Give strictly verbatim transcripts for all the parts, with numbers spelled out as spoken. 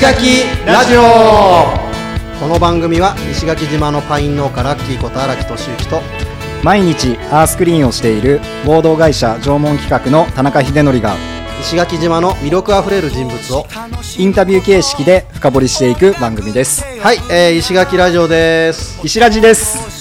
垣ラジオ。この番組は石垣島のパイン農家ラッキーこと荒木俊之と毎日アースクリーンをしている合同会社縄文企画の田中秀則が石垣島の魅力あふれる人物をインタビュー形式で深掘りしていく番組です。 はい、えー、石垣ラジオです。 石ラジです。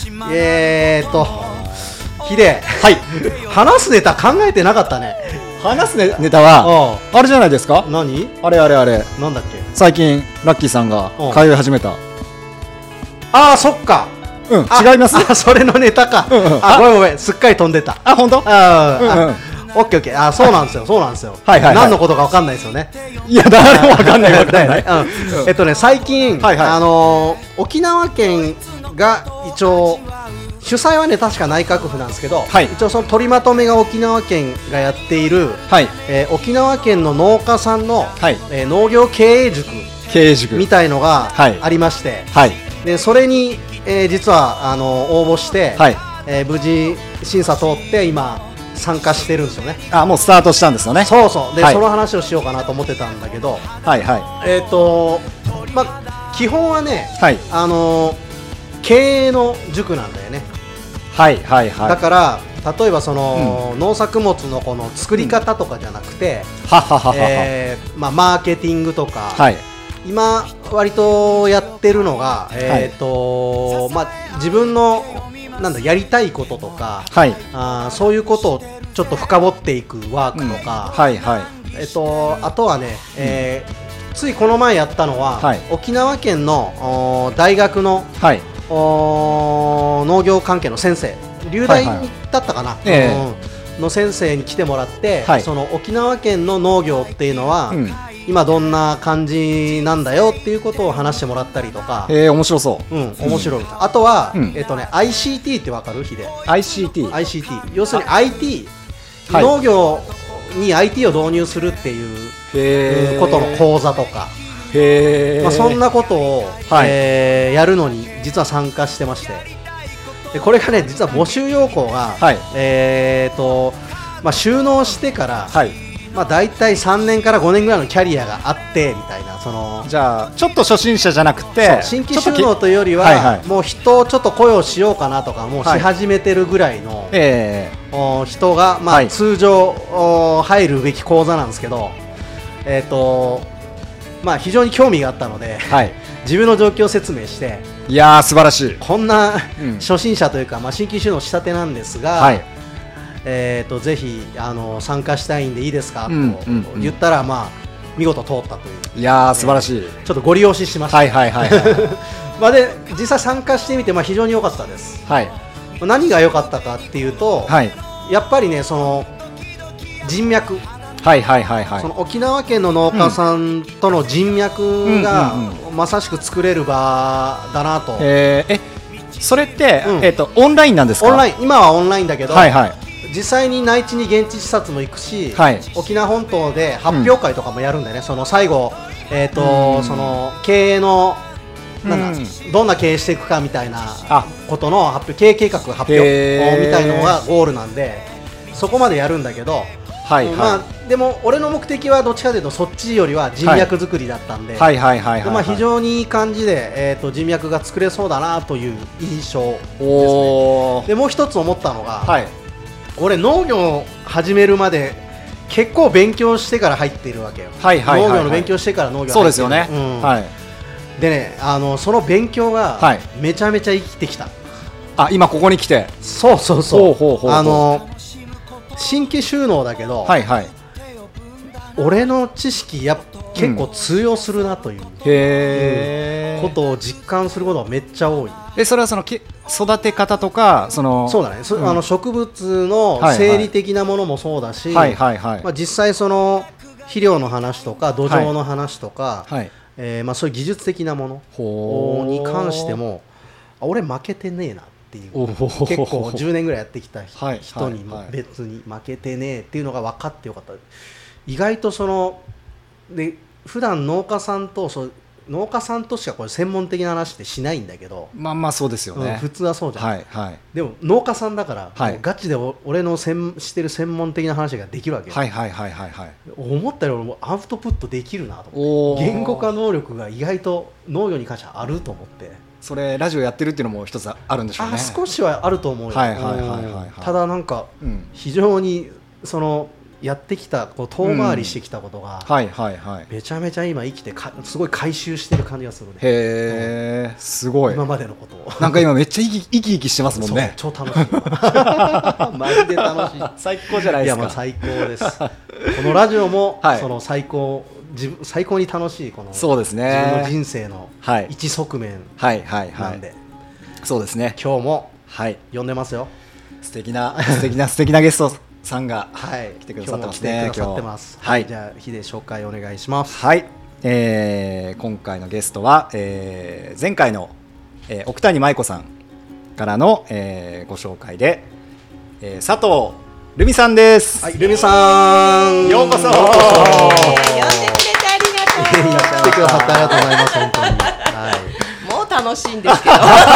えーっとヒデ、 はい、 話すネタ考えてなかったね。 話す ネ, ネタはあれじゃないですか。 何あれあれあれなんだっけ。 最近ラッキーさんが通い始めた。 あーそっか。 うん、違います。 あ、それのネタか。うんうん、あ、ごめんごめん、すっかり飛んでた。 あ、本当？ あ、うんうん、オッケーオッケー。あ、そうなんですよ、そうなんですよ。はいはいはい、何のことか分かんないですよね。 いや、誰も分かんない分かんない。 うん、えっとね、最近、はいはい、あのー、沖縄県が一応主催はね確か内閣府なんですけど、はい、一応その取りまとめが沖縄県がやっている、はい、えー、沖縄県の農家さんの、はい、えー、農業経営塾経営塾みたいのがありまして、はいはい、でそれに、えー、実はあの応募して、はい、えー、無事審査通って今参加してるんですよね。 あ、もうスタートしたんですよね。 そうそうで、 はい、 その話をしようかなと思ってたんだけど、 はいはい、 えっ、ー、とまあ基本はね、はい、あの経営の塾なんだよね。 はいはいはい。 だから例えばその、うん、農作物のこの作り方とかじゃなくて、 うん、はははは、 えーまあ、マーケティングとか、はい、今割とやってるのが、えーと、はい、まあ、自分のなんだやりたいこととか、はい、あそういうことをちょっと深掘っていくワークとか、うん、はいはい、えーと、あとはね、えーうん、ついこの前やったのは、はい、沖縄県の大学の、はい、農業関係の先生、留大だったかな、はいはい、えー、の先生に来てもらって、はい、その沖縄県の農業っていうのは、うん、今どんな感じなんだよっていうことを話してもらったりとか、 えー、面白そう、 うん、面白い、うん、あとは、うん、えっとね、アイシーティー ってわかる？ヒデアイシーティー？ アイシーティー 要するに アイティー、はい、農業に アイティー を導入するっていうことの講座とか、へー、まあ、そんなことを、はい、えー、やるのに実は参加してまして、でこれがね実は募集要項が、はい、えーとまあ、収納してから、はい、まあ、だいたいさんねんからごねんぐらいのキャリアがあってみたいな、そのじゃあちょっと初心者じゃなくて新規収納というよりは、はいはい、もう人をちょっと雇用しようかなとかもうし始めてるぐらいの、はい、えー、人が、まあ、はい、通常入るべき講座なんですけど、えーとまあ、非常に興味があったので、はい、自分の状況を説明して、 いやー素晴らしい、 こんな、うん、初心者というか、まあ、新規収納したてなんですが、はい、えー、とぜひあの参加したいんでいいですか、うん、と言ったら、まあ、見事通ったという。 いやー素晴らしい、 えー、ちょっとご利用ししました。はいはいはい、はい、まあで実際参加してみて、まあ、非常に良かったです、はい、何が良かったかっていうと、はい、やっぱりねその人脈、はいはいはいはい、その沖縄県の農家さんとの人脈がまさしく作れる場だなと。 えー、えそれって、うん、えーと、オンラインなんですか？ オンライン、今はオンラインだけど、はいはい、実際に内地に現地視察も行くし、はい、沖縄本島で発表会とかもやるんだよね、うん、その最後、えーと、その経営のなんだ、うん、どんな経営していくかみたいなことの発表、経営計画発表みたいなのがゴールなんで、そこまでやるんだけど、はいはい、まあ、でも俺の目的はどっちかというとそっちよりは人脈作りだったんで、非常にいい感じで、えー、と人脈が作れそうだなという印象ですね。でもう一つ思ったのが、はい、俺農業を始めるまで結構勉強してから入っているわけよ、はいはいはいはい、農業の勉強してから農業入っている。そうですよね、うん、はい、でね、あのその勉強がめちゃめちゃ生きてきた、 はい、あ、今ここに来て、 そうそうそう、ほうほうほうほう、あの新規収納だけど、はいはい、俺の知識や結構通用するなという、うん、へー、ことを実感することがめっちゃ多い。 え、それはそのき育て方とか、そのそうだね、そ、うん、あの植物の生理的なものもそうだし、はいはいはいはい、まあ、実際その肥料の話とか土壌の話とか、はいはい、えーまあ、そういう技術的なものに関しても俺負けてねえなっていう、結構じゅうねんぐらいやってきた人にも別に負けてねえっていうのが分かってよかった。意外とそので普段農家さんとそう農家さんとしてはこれ専門的な話ってしないんだけど、 まあまあそうですよね、 うん、普通はそうじゃん、 はいはい、でも農家さんだから、 はい、 ガチで俺の専してる専門的な話ができるわけよ。 はいはいはいはいはい、 思ったよりもアウトプットできるなと思って、言語化能力が意外と農業に関してはあると思って。 それラジオやってるっていうのも一つあるんでしょうね。 あ、少しはあると思うよ。 はいはいはいはいはい、 ただなんか、うん、非常にそのやってきたこう遠回りしてきたことが、うん、はいはいはい、めちゃめちゃ今生きてかすごい回収してる感じがするね。 へー、すごい。 今までのことをなんか今めっちゃ生き生き生きしてますもんね。 超楽しいマジで楽しい最高じゃないですか。 いや、まあ最高ですこのラジオも、はい、その最高自分最高に楽しいこのそうですね、 自分の人生の一側面なんで、 はいはいはいはい、そうですね、 今日も、 はい、 呼んでますよ。 素敵な素敵な素敵なゲストさんが、 はい、 来てくださってますね。 今日も来てくださってます。 はい、 じゃあヒデ紹介お願いします。 はい、えー、今回のゲストは、えー、前回の、えー、奥谷舞子さんからの、えー、ご紹介で、えー、佐藤ルミさんです。 はい、ルミさん、 ようこそ。呼んでくれてありがとう。 いらっしゃい来てくださってありがとうございます。本当に。はい。 もう楽しいんですけど。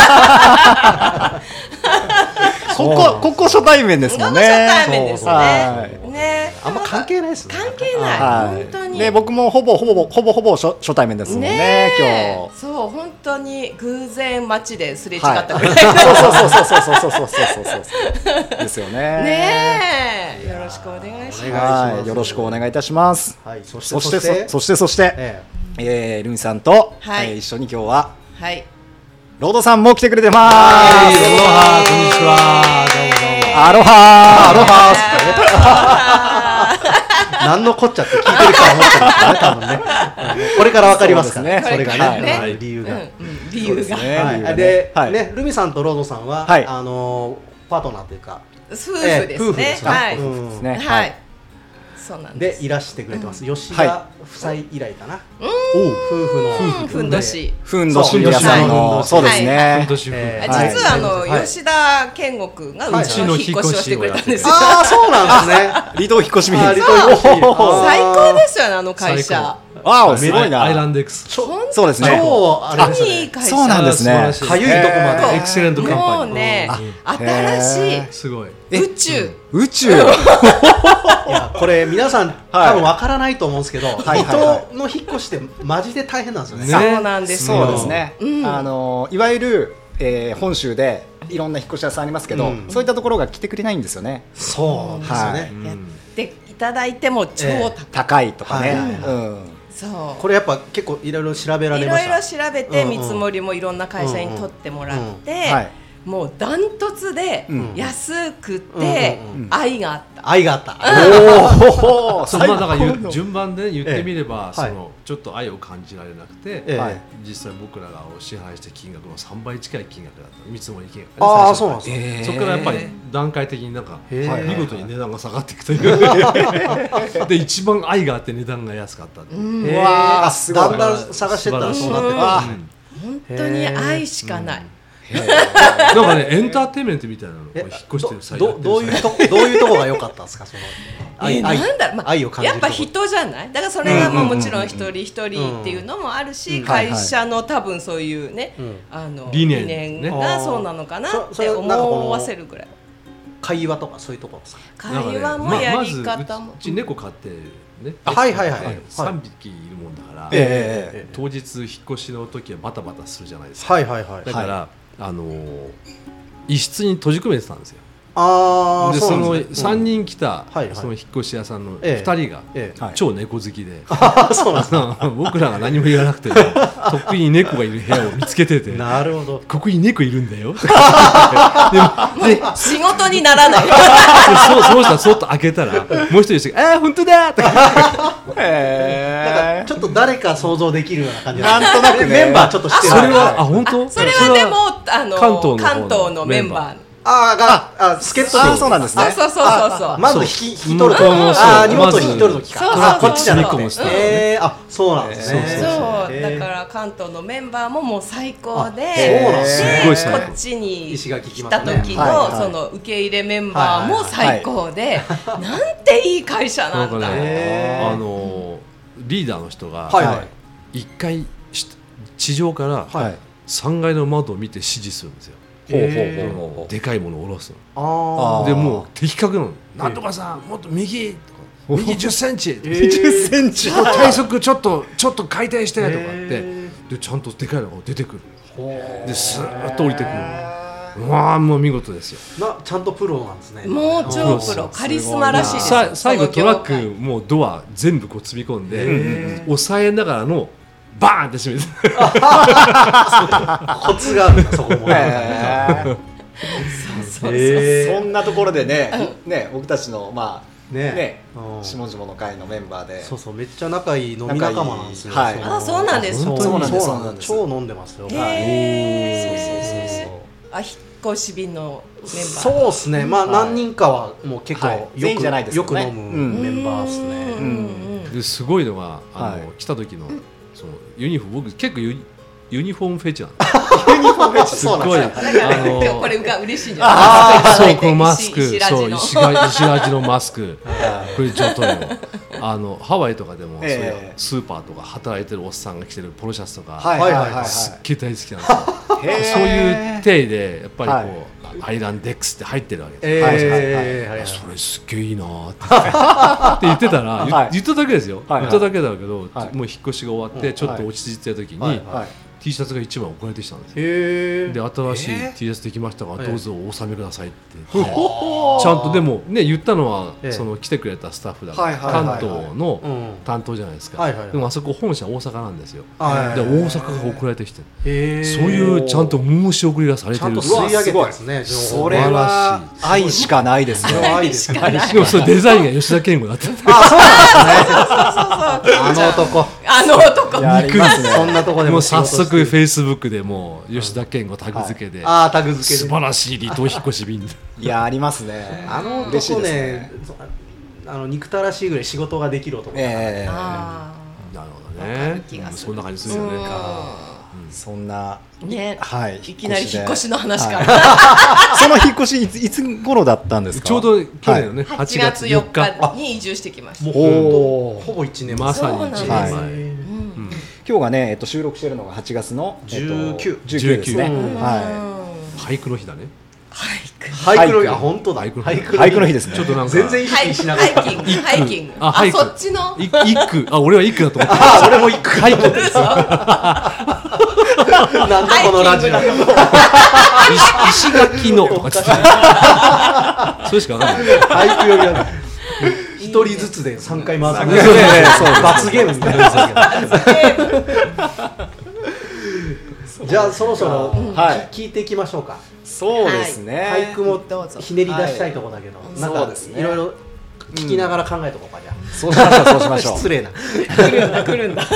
ここここ初対面ですもんね。 初対面ですね。はい、ね、 あんま関係ないですね。 関係ない。はい、本当に。 ね、僕もほぼほぼほぼほぼ初初対面ですもんね。ね、今日。 そう、本当に偶然街ですれ違ったぐらい。 そうそうそうそうそうそうそうそうそうですよね。 ねえ、よろしくお願いします。はい、よろしくお願いいたします。 はい、そしてそしてそしてそして、ええ、ルミさんと一緒に今日は。はい。ロードさんも来てくれてます。 はい、アロハ、こんにちは。どうもどうも。 アロハ、 アロハー。何のこっちゃって聞いてるか思ってるんですよね、多分ね。これからわかりますからね。それがね、理由が。 理由が。 で、ね、ルミさんとロードさんはあのパートナーというか夫婦ですね。はい。はい。そうなんでいらしてくれてます。吉田夫妻以来かな。夫婦のふんどしふんどし屋さんのそうですね。 実はあの吉田健吾君がうちの引っ越しをしてくれたんですよ。 ああ、そうなんですね。 離島引っ越し見。 最高ですよね、あの会社。 わお、すごいな。 アイランド X。 そうですね。 超あれですね。 そうなんですね。 かゆいとこまで。 エクセレントカンパニー。 もうね、新しい。 すごい。 宇宙。 宇宙。 いや、これ皆さん多分わからないと思うんですけど、離島の引っ越しってマジで大変なんですよね。 そうなんですよ。 そうですね。あのいわゆる本州でいろんな引っ越し屋さんありますけど、そういったところが来てくれないんですよね。 そうですよね。 やっていただいても超高いとかね。 そうこれやっぱ結構いろいろ調べられました。 いろいろ調べて見積もりもいろんな会社に取ってもらって、もうダントツで安くて愛があった。 愛があった。 おお。そのまあだから順番で言ってみれば、そのちょっと愛を感じられなくて、実際僕らが支配した金額のさんばい近い金額だった見積もり金額。 ああ、そうなんです。 そこからやっぱり段階的になんか見事に値段が下がっていくというで一番愛があって値段が安かった。 うわあ、すごい。だんだん探してったらそうなってた。 本当に愛しかない。 なんかね、エンターテインメントみたいなのを引っ越してる際どどういうとどういうとこが良かったんですか、その愛を感じる。やっぱ人じゃない。だからそれがもちろん一人一人っていうのもあるし、会社の多分そういうね、あの理念がそうなのかなって思わせるぐらい。 会話とかそういうところですか。 会話もやり方も。 うち猫飼ってね。 はいはいはい。 三匹いるもんだから、当日引っ越しの時はバタバタするじゃないですか。 はいはいはい。 だからあの一室に閉じ込めてたんですよ。 あでそのさんにん来たその引っ越し屋さんのふたりが超猫好きで、僕らが何も言わなくてとっくに猫がいる部屋を見つけてて、 なるほど、 ここに猫いるんだよ。で仕事にならない。 そうそうしたらそっと開けたらもう一人してああ本当だとか、なんかちょっと誰か想像できるような感じなんとなくね、 メンバーちょっと知ってる。 それはあ本当？ それはでもあの関東のメンバー。 あがあ助っ人あそうなんですね。 そうそうそうそう。 まず引き引き取ると、あ荷物を引き取る時か。 そうそうこっちじゃなくて。えあそうなんですね。 そうだから関東のメンバーももう最高で、こっちに来た時のその受け入れメンバーも最高で、なんていい会社なんだ。 あのリーダーの人が一回地上からさんがいの窓を見て指示するんですよ。ほうほうほうほう、でかいものを下ろすの。あでもう的確なの。なんとかさんもっと右とか右じゅっセンチ、 じゅっセンチ体側ちょっとちょっと回転してとかってでちゃんとでかいのが出てくる。でスーッと降りてくる。わあもう見事ですよ。 なちゃんとプロなんですね。 もう超プロ、カリスマらしいです。 さ最後トラックもうドア全部こう積み込んで押さえながらのバーンって閉めてコツがあるんだそこも。 そんなところでね、ね僕たちのまあねね下々の会のメンバーで、 そうそうめっちゃ仲いい飲み仲間なんですよ。 はい、あそうなんです。 そうなんです。そうなんです。 超飲んでますよ。 へえ。そうそうそうそう。あ引っ越し便のメンバー。 そうですね。まあ何人かはもう結構よくよく飲むメンバーですね。 ですごいのがあの来た時のそのユニフォーム、僕結構ユユニフォームフェチなんです。 ユニフォームフェチすごい。あのこれが嬉しいんじゃないですか。そうこのマスク、そう石味のマスク、これちょっとあのハワイとかでもそういうスーパーとか働いてるおっさんが着てるポロシャツとかすっげえ大好きなんですよ。そういう体でやっぱりこうアイランデックスって入ってるわけです。それすっげえいいなって言ってたら言っただけですよ。言っただけだけどもう引っ越しが終わってちょっと落ち着いてた時に。T シャツがいちまい送られてきたんです。で新しい T シャツできましたがどうぞお納めくださいってちゃんとでもね言ったのはその来てくれたスタッフだから関東の担当じゃないですか。でもあそこ本社大阪なんですよ。で大阪が送られてきてそういうちゃんと申し送りがされてる。 ちゃんと吸い上げてますね。 それは愛しかないですね。 愛ですね。 でもそれデザインが吉田健吾だった。 あそうなんですね。あの男あの男やりますね。 そんなとこでも早速フェイスブックでも吉田健吾タグ付けで、 ああタグ付けで素晴らしい離島引っ越し便。 いやありますね。 あの男ね、あの憎たらしいぐらい仕事ができる男。 ええ。なるほどね。そんな感じするよね。 そんなねはいいきなり引っ越しの話から。 その引っ越しいついつ頃だったんですか。 ちょうど去年のねはちがつよっかに移住してきました。 もうほぼいちねんまさにいちねんまえ。 今日がね、えっと、収録しているのがはちがつのじゅうきゅうですね。 はい。俳句の日だね。 俳句。 俳句の日、あ、本当だ。 俳句の日ですね。 ちょっとなんか全然意識しなかった。 ハイキング、ハイキング。あ、そっちの。 一句、あ、俺は一句だと思った。 あ、俺も一句。俳句です。なんだこのラジオ。 石垣のとかつって。それしかわかんない。 俳句よりは。一人ずつで三回回す。罰ゲームみたいな。じゃあそろそろ聞いていきましょうか。 そうですね。 俳句もひねり出したいところだけど、なんかいろいろ聞きながら考えとこうかじゃあ。 そうしましょうそうしましょう。 失礼な。 来るんだ来るんだ。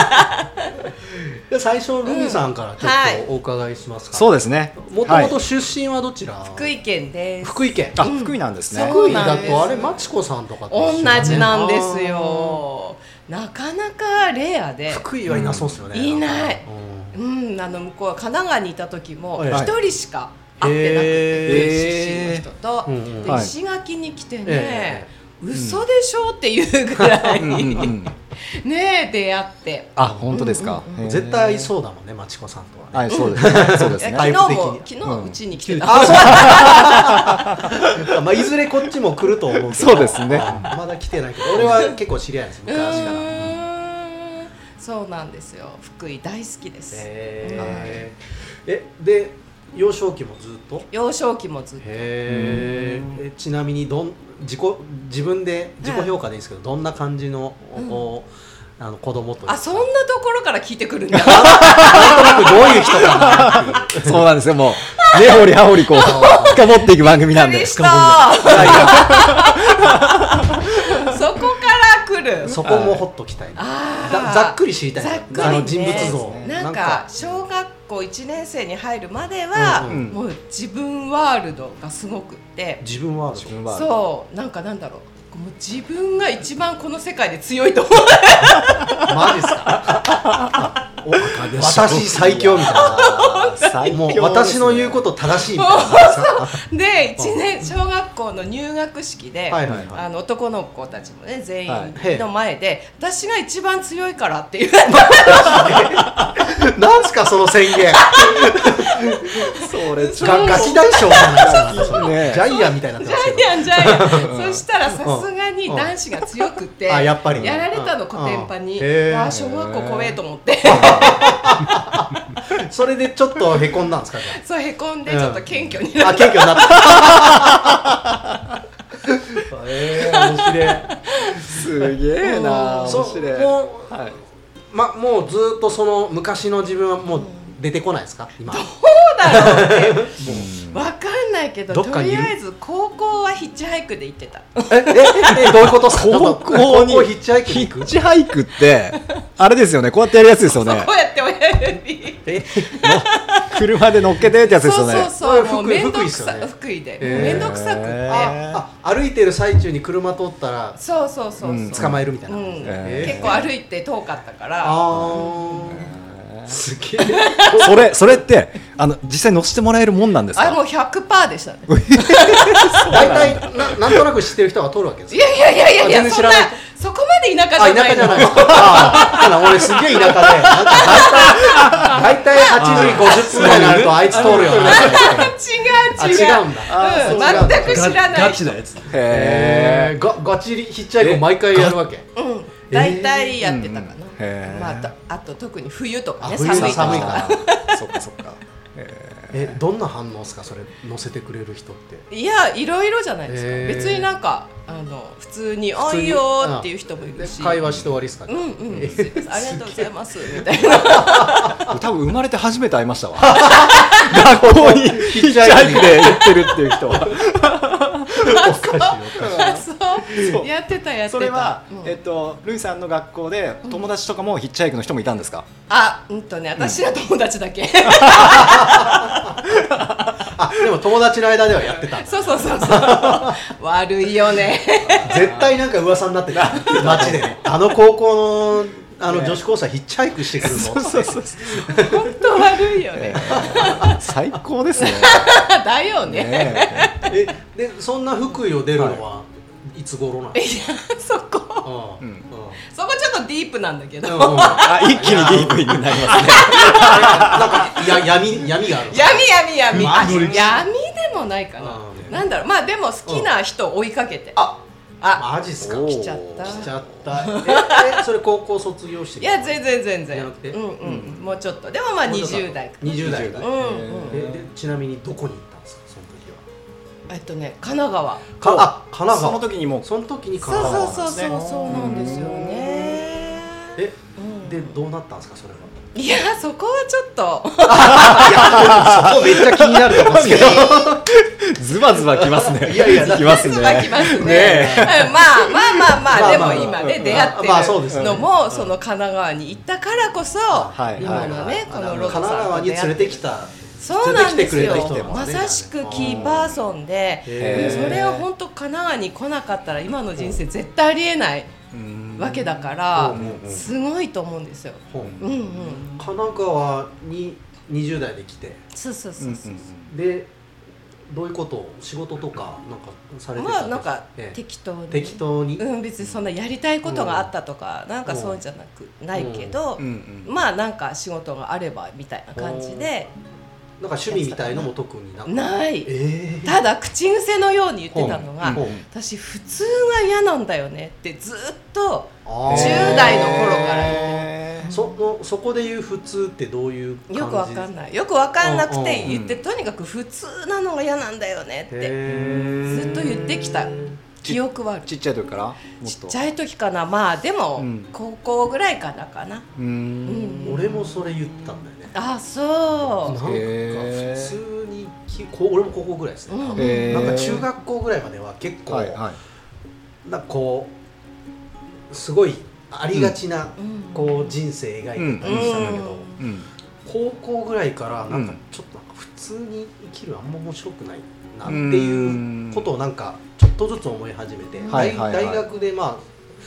最初ルミさんからちょっとお伺いしますか。 そうですね。 もともと出身はどちら？ 福井県です。 福井県。 あ、福井なんですね。 福井だとあれマチコさんとか同じなんですよ。なかなかレアで。 福井はいなそうですよね。 いない。うん、あの向こうは神奈川にいた時も一人しか会ってなくて、出身の人とで石垣に来てね、嘘でしょっていうぐらいね出会って。 あ、本当ですか。 絶対いそうだもんね、マチコさんとは。 はい、そうですね。そうですね。 昨日も昨日うちに来てた。 まあいずれこっちも来ると思うけど。 そうですね。 まだ来てないけど、俺は結構知り合いです昔から。 そうなんですよ。福井大好きです。 えで幼少期もずっと？ 幼少期もずっと。 へえ。ちなみにどん自己自分で自己評価でいいですけど、どんな感じのあの子供というか。 あ、そんなところから聞いてくるんだ。 なんとなくどういう人かな。 そうなんですよ。もう根掘り葉掘りこう深掘っていく番組なんで。 そこから来る。 そこもほっときたい。ざっくり知りたい。 ざっくりあの人物像。 なんか小学校いちねん生に入るまではもう自分ワールドがすごくって。 自分ワールド。 そうなんかなんだろう。もう自分が一番この世界で強いと思う。 マジっすか。 私最強みたいなもう私の言うこと正しいみたいなでいちねん小学校の入学式で、はいはいはい、あの男の子たちもね全員の前で、はい、私が一番強いからっていうなんすかその宣言それガガキ大将じゃないですか、ね、ジャイアンみたいになってますけどジャイアンジャイアンそしたらさすがに男子が強くて、うん、あやっぱり、ね、やられたのコテンパに、うん、あ小学校怖えと思ってそれでちょっとへこんだんですかねそうへこんでちょっと謙虚になった、 うん、あ謙虚になったえー、面白いすげえな面白いもう、はいま、もうずっとその昔の自分はもう出てこないですか今どうだろうね分かんないけどとりあえず高校はヒッチハイクで行ってたえええどういうことですか高校にヒッチハイクヒッチハイクってあれですよねこうやってやるやつですよねこうやって親指え車で乗っけてってやつですよねそうそうそうめんどくさ福井でめんどくさくってあ歩いてる最中に車通ったらそうそうそう捕まえるみたいな結構歩いて遠かったからすげえそれそれってあの実際乗せてもらえるもんなんですかあもう ひゃくパーセント でしたね大体 な, なんとなく知ってる人が通るわけですいやいやいやいやいやそんなそこまで田舎じゃないのあ田舎じゃないあ俺すげえ田舎でなんか大体はちじごじゅっぷんぐらいになるとあいつ通るよな違う違う違うんだうん、全く知らないガチなやつへーガガチヒッチハイクを毎回やるわけうん大体やってたかな、えーまあ、あ, あと特に冬とかね寒い寒いからそっかそっかえどんな反応ですかそれ乗せてくれる人っていやいろいろじゃないですか、えー、別になんかあの普通にあいいよっていう人もいるし会話して終わりですかね、 うんうん、えー、ありがとうございますみたいな多分生まれて初めて会いましたわ学校にヒッチハイクで行ってるっていう人はおかしいおかしいそうやってたやってたそれは、うんえっと、ルイさんの学校で友達とかもヒッチハイクの人もいたんですか、うん、 あうんとね私は友達だけ、うん、 あでも友達の間ではやってたそうそうそうそう悪いよね絶対なんか噂になってた街でねあの高校のあの女子高生はヒッチハイクしてくるのそうそうそう本当悪いよね最高ですねだよねねえでそんな福井を出るのはいつ頃なんですか、 いやそこ、うんうん、そこちょっとディープなんだけど、 うんうん、あ一気にディープになりますねなんかや闇闇がある闇闇闇あ闇でもないかな、うん、なんだろうまあでも好きな人を追いかけて、うん、ああマジっすか来ちゃった来ちゃったえそれ高校卒業していや全然全然じゃなくて、うんうんうん、もうちょっとでもまあにじゅう代にじゅう代うんうんででちなみにどこに行ったんですかその時はえっとね神奈川かあ神奈川その時にもその時に神奈川なんですねそうそうそうそうなんですよねえ、うん、でどうなったんですかそれはいやそこはちょっといやそこめっちゃ気になると思うんですけどズバズバきますねいやいやきますねズバきますねねまあまあまあまあでも今ね出会ってるのもその神奈川に行ったからこそ今のねこのロドさんと出会って神奈川に連れてきたそうなんですよまさしくキーパーソンでそれを本当神奈川に来なかったら今の人生絶対ありえないわけだからすごいと思うんですよ、うんうん、 神奈川ににじゅう代で来てそうそうそうそうでどういうことを仕事とかなんかされてたんですか、 まあなんか適当に、 適当に、 うん、別にそんなやりたいことがあったとか、うん、なんかそうじゃなくないけど、うんうん、まあなんか仕事があればみたいな感じでなんか趣味みたいのも特になない、 えー、 ただ口癖のように言ってたのが私普通が嫌なんだよねってずっとじゅう代の頃から言ってる、 そのそこで言う普通ってどういう感じ？ よくわかんないよくわかんなくて言って、とにかく普通なのが嫌なんだよねってずっと言ってきた記憶はある。 ちっちゃい時からもっとちっちゃい時かなまあでも、うん、高校ぐらいからかなうーん、うん、俺もそれ言ったんだよね。 あそうなんか普通に俺も高校ぐらいですね、うん、なんか中学校ぐらいまでは結構、はいはい、なんかこうすごいありがちな、うん、こう人生描いてたりしたんだけど、うんうん、高校ぐらいからなんかちょっとなんか普通に生きるあんま面白くないなっていうことをなんかちょっとずつ思い始めて、はいはいはい、大学でまあ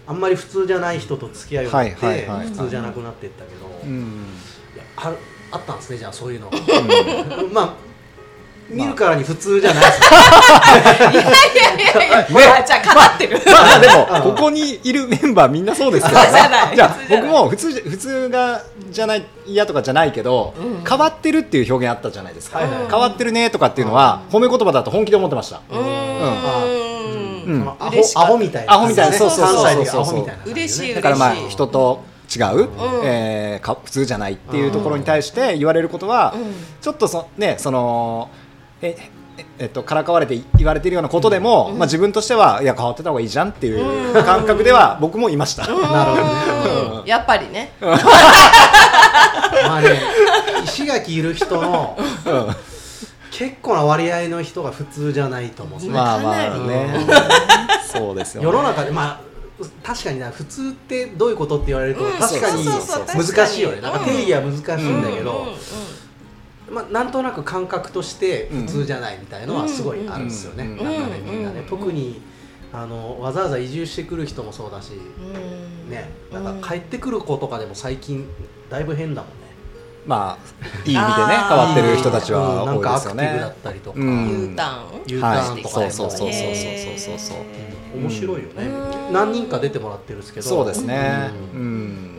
あんまり普通じゃない人と付き合うようになって、普通じゃなくなっていったけど、うん、いや あ, あったんですね、じゃあそういうの、うん、まあ見るからに普通じゃないですか、 いやいやいやいや、ね、まあ、じゃあ語ってる、 まあ、まあでもここにいるメンバーみんなそうですけどねじゃあ僕も普通普通がじゃない嫌とかじゃないけど、うん、変わってるっていう表現あったじゃないですか、うん、変わってるねとかっていうのは、うん、褒め言葉だと本気で思ってました。うん、 うん、アホアホみたいな、 アホみたいな、そうそうそうそうそう、 嬉しい、 だからまあ人と違う、うん、えー、か普通じゃないっていうところに対して言われることは、うん、ちょっとそねそのええっと、からかわれて言われているようなことでも、うんまあ、自分としてはいや変わってた方がいいじゃんっていう感覚では僕もいました。 なるほどね、 やっぱりねまあね、石垣いる人の、うん、結構な割合の人が普通じゃないと思うんですね。 まあまあねそうですよね。 世の中で、まあ、確かにな普通ってどういうことって言われると、うん、確かに難しいよね。なんか定義は難しいんだけど、まあ、なんとなく感覚として普通じゃないみたいのはすごいあるんですよね、なんかね、みんなね、特にあのわざわざ移住してくる人もそうだし、ね、なんか帰ってくる子とかでも最近だいぶ変だもんね。 まあいい意味でね変わってる人たちは多いですよね。なんかアクティブだったりとか、 うん、U ターン U ターンとか、 はい、そうそうそうそうそうそう、 うん、面白いよね。何人か出てもらってるんですけど、 そうですね、 うんうん、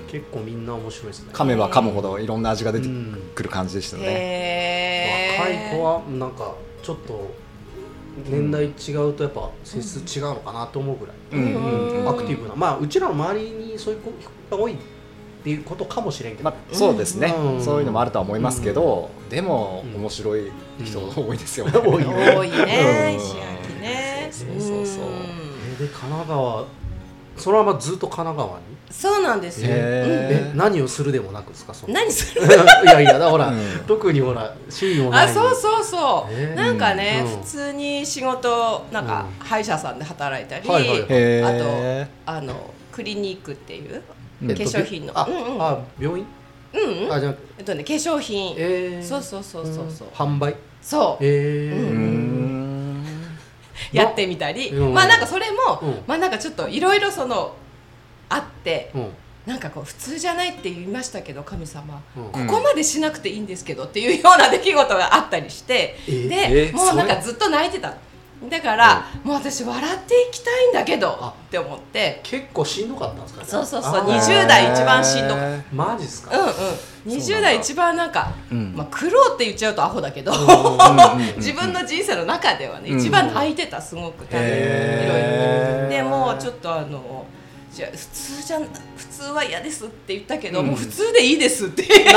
結構みんな面白いですね。 噛めば噛むほどいろんな味が出てくる感じでしたね、うん、 へ若い子はなんかちょっと年代違うとやっぱ性質違うのかなと思うぐらい、うんうん、アクティブな、まあうちらの周りにそういう子が多いっていうことかもしれんけど、 まあ、そうですね、うん、そういうのもあるとは思いますけど、うん、でも面白い人多いですよね、 うん、多いね、多いね、石垣ね、 そうそうそう、うん、 で神奈川そのままずっと神奈川に。 そうなんですよ、 え何をするでもなくですか。そ何するいやいやだほら、うん、特にほら趣味もない。 あ、そうそうそう、えー、なんかね、うん、普通に仕事なんか、うん、歯医者さんで働いたり、はいはいはい、あとあのクリニックっていう化粧品の、 あ、うんうん、あ病院、 うんうん、あじゃえっとね化粧品、えー、そうそうそうそうそう、 販売、 そう、 えー、うんうんやってみたり、まあなんかそれも、うん、まあなんかちょっといろいろそのあって、うん、なんかこう普通じゃないって言いましたけど神様、うん、ここまでしなくていいんですけどっていうような出来事があったりして、えー、で、えー、もうなんかずっと泣いてた。だから、うん、もう私笑っていきたいんだけどって思って。 結構しんどかったんですかね。 そうそうそう、にじゅう代一番しんどかった。 マジっすか。 うんうん、にじゅう代一番なんか、うんまあ、苦労って言っちゃうとアホだけど自分の人生の中ではね、うん、一番泣いてた、すごく大変いろいろ。でもうちょっとあのじゃ普通じゃ普通は嫌ですって言ったけど、うん、もう普通でいいですって普通でいい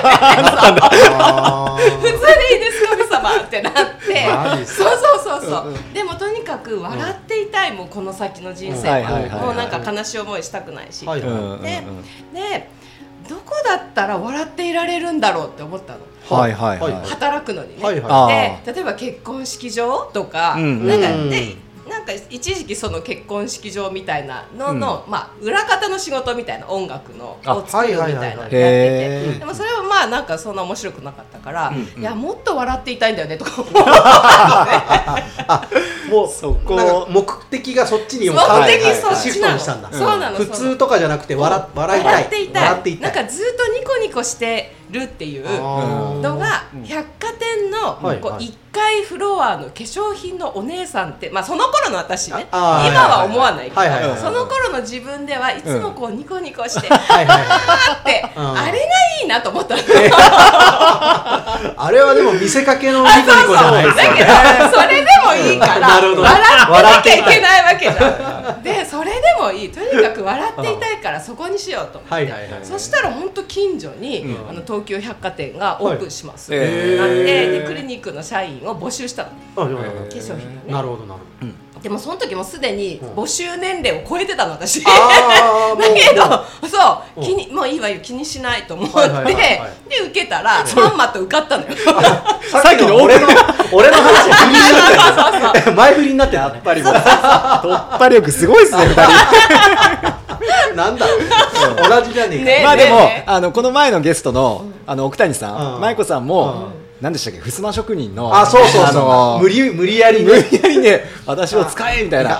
です神様ってなってそうそうそうそう、うんうん、でもとにかく笑っていたい、うん、もうこの先の人生はもうなんか悲しい思いしたくないし、はいはいはい、で、でどこだったら笑っていられるんだろうって思ったの、 はいはいはい、 働くのにね、 はいはい、 で例えば結婚式場とか、うん、なんかでなんか一時期その結婚式場みたいなのの、うんまあ、裏方の仕事みたいな音楽のを作るみたいなのやってて、でもそれはまあなんかそんな面白くなかったから、うん、いやもっと笑っていたいんだよねとか思ったあもうそこなんか目的がそっちに目的そっちなの、 したんだ、 そうなの、 普通とかじゃなくて笑、うん、笑いたい、 笑っていたい、笑っていたい、なんかずっとニコニコしてるっていうのが百貨店のこういっかいフロアの化粧品のお姉さんって、まあその頃の私ね、今は思わないけど、その頃の自分ではいつもこうニコニコしてあーってあれがいいなと思ったのあれはでも見せかけのニコニコじゃないですか。 だけどそれでもいいから笑ってなきゃいけないわけじゃん。でそれでもいい、とにかく笑っていたいからそこにしようと思って、そしたら本当近所にあの東京百貨店がオープンしますなんで、でクリニックの社員を募集したの、化粧品のね。 なるほどなるほど。 でもその時もすでに募集年齢を超えてたの私だけどそう気にもういいわよ気にしないと思って、はいはいはいはい、で受けたらまんまと受かったのよさっきの俺の俺の話振りになってる前振りになってる、やっぱりもう突破力すごいですねふたりなんだ同じじゃねえか、 ね、まあでも、ね、あのこの前のゲストの、あの奥谷さん、舞子さんも、うん何でしたっけ、襖職人のあそうそうそう、あのー、無理無理やりね無理やりね私を使えみたいな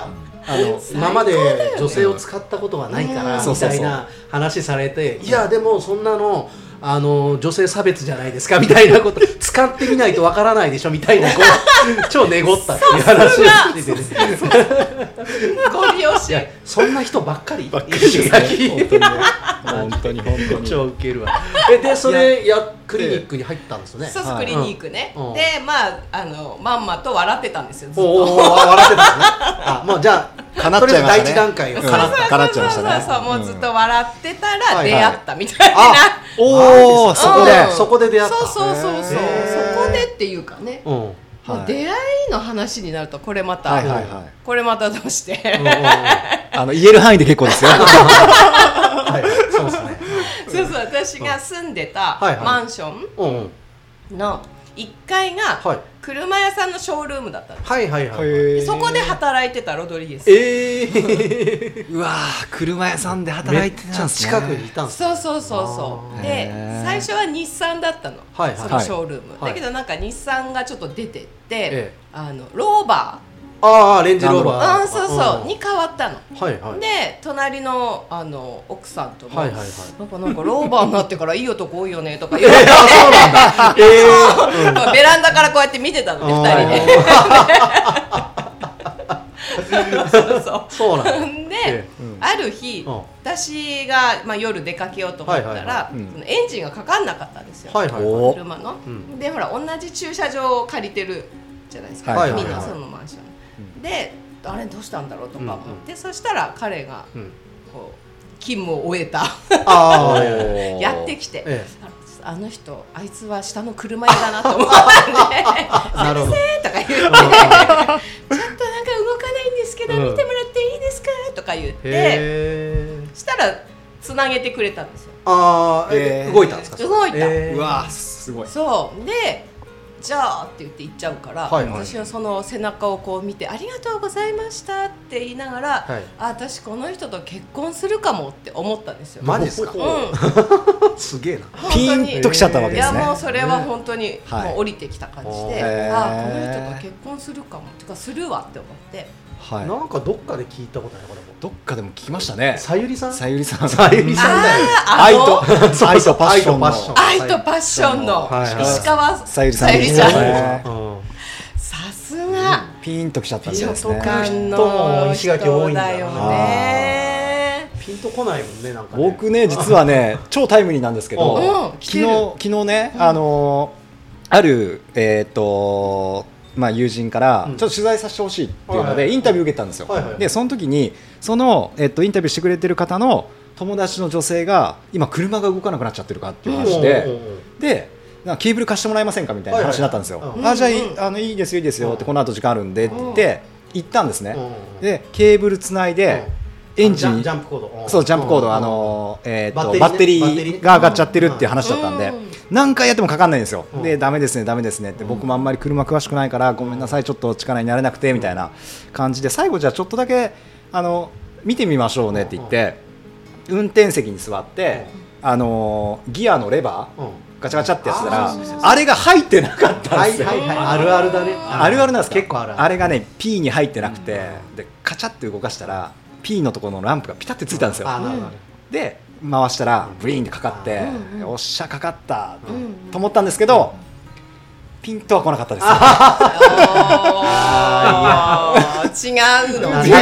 あの今まで女性を使ったことがないからみたいな話されて、いやでもそんなのあの女性差別じゃないですかみたいなこと使ってみないとわからないでしょみたいなこう超ねごったっていう話をしててねご利用しそんな人ばっかりばっかり本当にね本当に本当に超ウケるわ。えでそれやクリニックに入ったんですね。 そうそうクリニックね、うん、でまああのまんまと笑ってたんですよずっと。 おお笑ってたんですね。あもうじゃあかなっちゃいましたね。 第一段階をかなっちゃいましたね。 そうそうそうもうずっと笑ってたら出会ったみたいな、はいはい、 おおそこでそこで出会った。 そうそうそうそうそこでっていうかね、うんはい、出会いの話になるとこれまた、はいはいはい、これまたどうしてあの言える範囲で結構ですよはい、そうですね。 そうそう私が住んでたマンションのいっかいが車屋さんのショールームだったんです。 はいはいはい。 そこで働いてたロドリゲス。 えー、うわー車屋さんで働いてたんですね。 近くにいたんですね。そうそうそうそうで最初は日産だったの、はいはい、そのショールーム、はい、だけどなんか日産がちょっと出てって、ええ、あのローバーああレンジローバー、 うん、そうそう、うん、に変わったの、 はいはい、 で隣 の, あの奥さんとも、 はいはいはい、 なんかなんかローバーになってからいい男多いよねとか言われて、えー、ベランダからこうやって見てたのねふたりでそうそうそうなんで、えーうん、ある日、うん、私が、まあ、夜出かけようと思ったら、はいはいはい、そのエンジンがかかんなかったんですよ、はいはいはい、車の、うん、でほら同じ駐車場を借りてるじゃないですか、はいはいはい、みんなそのマンションであれどうしたんだろうとか思って、うんうん、そしたら彼がこう勤務を終えたあやってきて、ええ、あの人あいつは下の車屋だなと思ったんで先生とか言ってちょっとなんか動かないんですけど、うん、見てもらっていいですかとか言ってそしたらつなげてくれたんですよ。 あえー、動いたんですか。 動いた、 えー、うわすごい。 そうでじゃあって言って行っちゃうから、はいはい、私はその背中をこう見てありがとうございましたって言いながら、はい、あ私この人と結婚するかもって思ったんですよ。 マジですか。 うん、 すげえな。 ピンときちゃったわけですね。 いやもうそれは本当にもう降りてきた感じで、はい、あこの人と結婚するかもってかするわって思って、 はい、なんかどっかで聞いたことないこれも。 どっかでも聞きましたね。 さゆりさん。 さゆりさん。 さゆりさんだよ。 愛と愛とパッションの愛とパッションの石川さゆりさんでしたね。 さすがピンときちゃったんですね。 ピンとも石垣多いんだよね。 ピンとこないもんねなんかね。 僕ね実はね超タイムリーなんですけど、昨日昨日ねあのあるえっと。まあ、友人からちょっと取材させてほしいっていうのでインタビュー受けたんですよ、はいはい、でその時にその、えっと、インタビューしてくれてる方の友達の女性が今車が動かなくなっちゃってるかっていう話で、うん、でなんかケーブル貸してもらえませんかみたいな話になったんですよ、はいはい、あじゃあいい、あのいいですよいいですよってこの後時間あるんでって言って行ったんですね、うん、でケーブルつないでエンジンジャンプコードそうジャンプコードあの、えー、とバッテリーが上がっちゃってるっていう話だったんで何回やってもかかんないんですよ。でダメですねダメですねって僕もあんまり車詳しくないからごめんなさいちょっと力になれなくてみたいな感じで最後じゃあちょっとだけあの見てみましょうねって言って運転席に座ってあのギアのレバーガチャガチャってやつたらあれが入ってなかったんですよ。 はいはいはい、あるあるだね。 あるあるなんですか。 結構あるある。 あれがね P に入ってなくてでカチャって動かしたら P のところのランプがピタってついたんですよ。で回したらブリーンってかかって、うんうん、おっしゃかかった、うんうん、と思ったんですけど、うん、ピンとは来なかったです。 違うのね。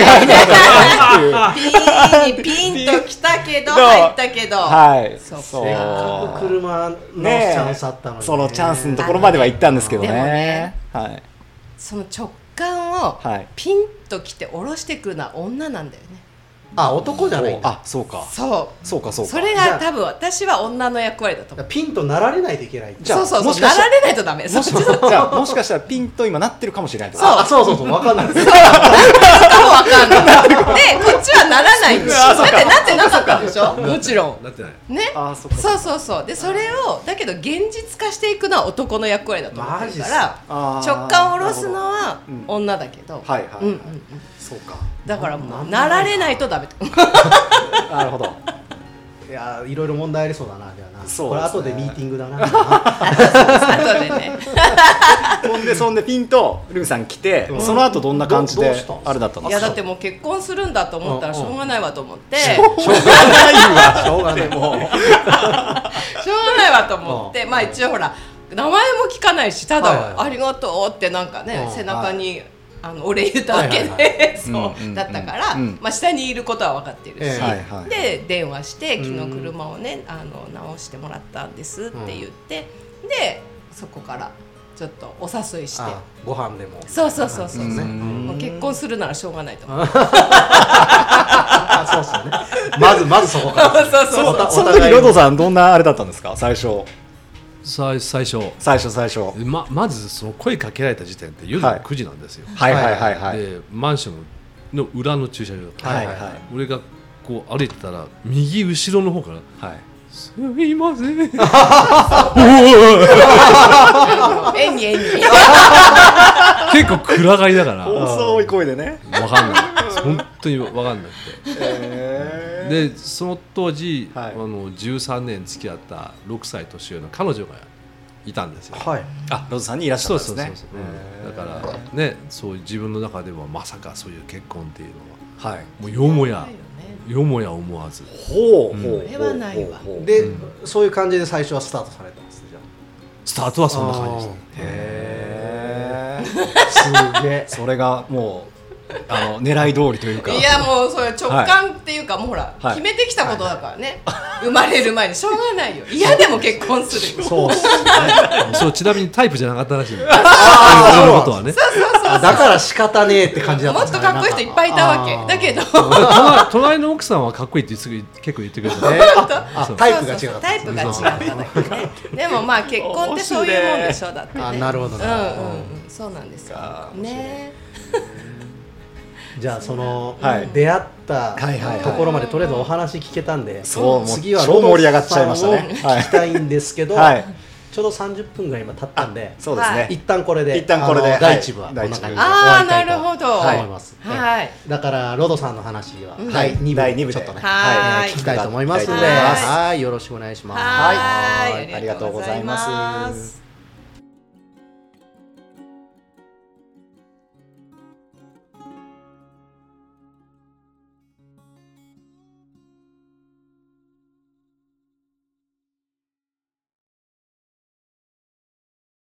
ピンにピンと来たけど入ったけど、 はい、 そうせっかく車のチャンスあったのに、ね、 そのチャンスのところまでは行ったんですけどね。 でもね、 はい、 その直感をピンと来て下ろしてくるのは女なんだよね。 あ、男じゃないんだ。 あ、そうか。 そうそうかそうか。 それが多分私は女の役割だと思う。 ピンとなられないといけない。 じゃあそうそうそう、なられないとダメ。 もしじゃあもしかしたらピンと今なってるかもしれない。 そうあ、そうそうそう、分かんない。そう、なってるかも分かんない。で、こっちはならないんですよ。だってなってなかったでしょ。もちろん。 なってない。 ね。あ、そうそうそうそう。で、それをだけど現実化していくのは男の役割だと思ってるから、直感を下ろすのは女だけど。 はいはい。うんうんうん。 そうか。 だからもうなられないとダメ。 なるほど。 いやいろいろ問題ありそうだなじゃあな。 そうこれ後でミーティングだな。 後でね。 そんでそんでピンとルーさん来て、うん、その後どんな感じであれだったんですか。 いやだってもう結婚するんだと思ったらしょうがないわと思って、 しょうがないわしょうがないもうしょうがないわと思って、まあ一応ほら名前も聞かないし、ただ、はいはいはい、ありがとうってなんかね、背中に、はい、あのお礼言っただけで、はいはいはい、そうだったから、うんうん、まあ、下にいることは分かってるし、えー、で電話して昨日車をね、あの直してもらったんですって言って、うん、でそこからちょっとお誘いして、 ご飯でも、 そうそうそうそう、ね、もう結婚するならしょうがないと思う。 そうそうね、まずまずそこから。 そうそうそう。その時ロドさんどんなあれだったんですか、最初。 最最初最初最初ま, まずその声かけられた時点って夜のくじなんですよ。 はいはいはいはい。 でマンションの裏の駐車場だった、はいはいはい、俺がこう歩いてたら右後ろの方から、はい、すみません演技演技結構暗がりだから遅い声でね、 分かんない本当に分かんなくて、えー、でその当時、はい、あのじゅうさんねん付き合ったろくさい年上の彼女がいたんですよ、 はい、あロズさんにいらっしゃったんですね。そうそうそうそう、だからね、そういう自分の中ではまさかそういう結婚っていうのは、はい、もうよもやよもや思わず、 ほう、うん、 これはないわ。 で、うん、そういう感じで最初はスタートされたんです。じゃあスタートはそんな感じでした。 へーすげえそれがもうあの狙い通りというか、 いやもうそれ直感っていうか、はい、もうほら、はい、決めてきたことだからね、はい、生まれる前にしょうがないよ、嫌でも結婚するよ。 そうっすねそうちなみにタイプじゃなかったらしい俺のことはね。 そうそうそうそう、 だから仕方ねえって感じだった。 もっとかっこいい人いっぱいいたわけだけど隣の奥さんはかっこいいってすぐ結構言ってくれた、 えー、タイプが違う、 タイプが違ったんだけどね。でもまあ結婚ってそういうもんでしょ、だってね。 あ、なるほどね、 うんうんうん、そうなんですよね。 じゃあその、はい、出会ったところまでとりあえずお話聞けたんで、 そう次はロドさんを聞きたいんですけど、はい、ちょうどさんじゅっぷんぐらい今経ったんで、 そうですね、 一旦これで一旦これで第一部はこんな感じで終わりたいと思います。 はい、 だからロドさんの話は第に部ちょっとね、はい、聞きたいと思いますので、はい、よろしくお願いします。 はい、 ありがとうございます。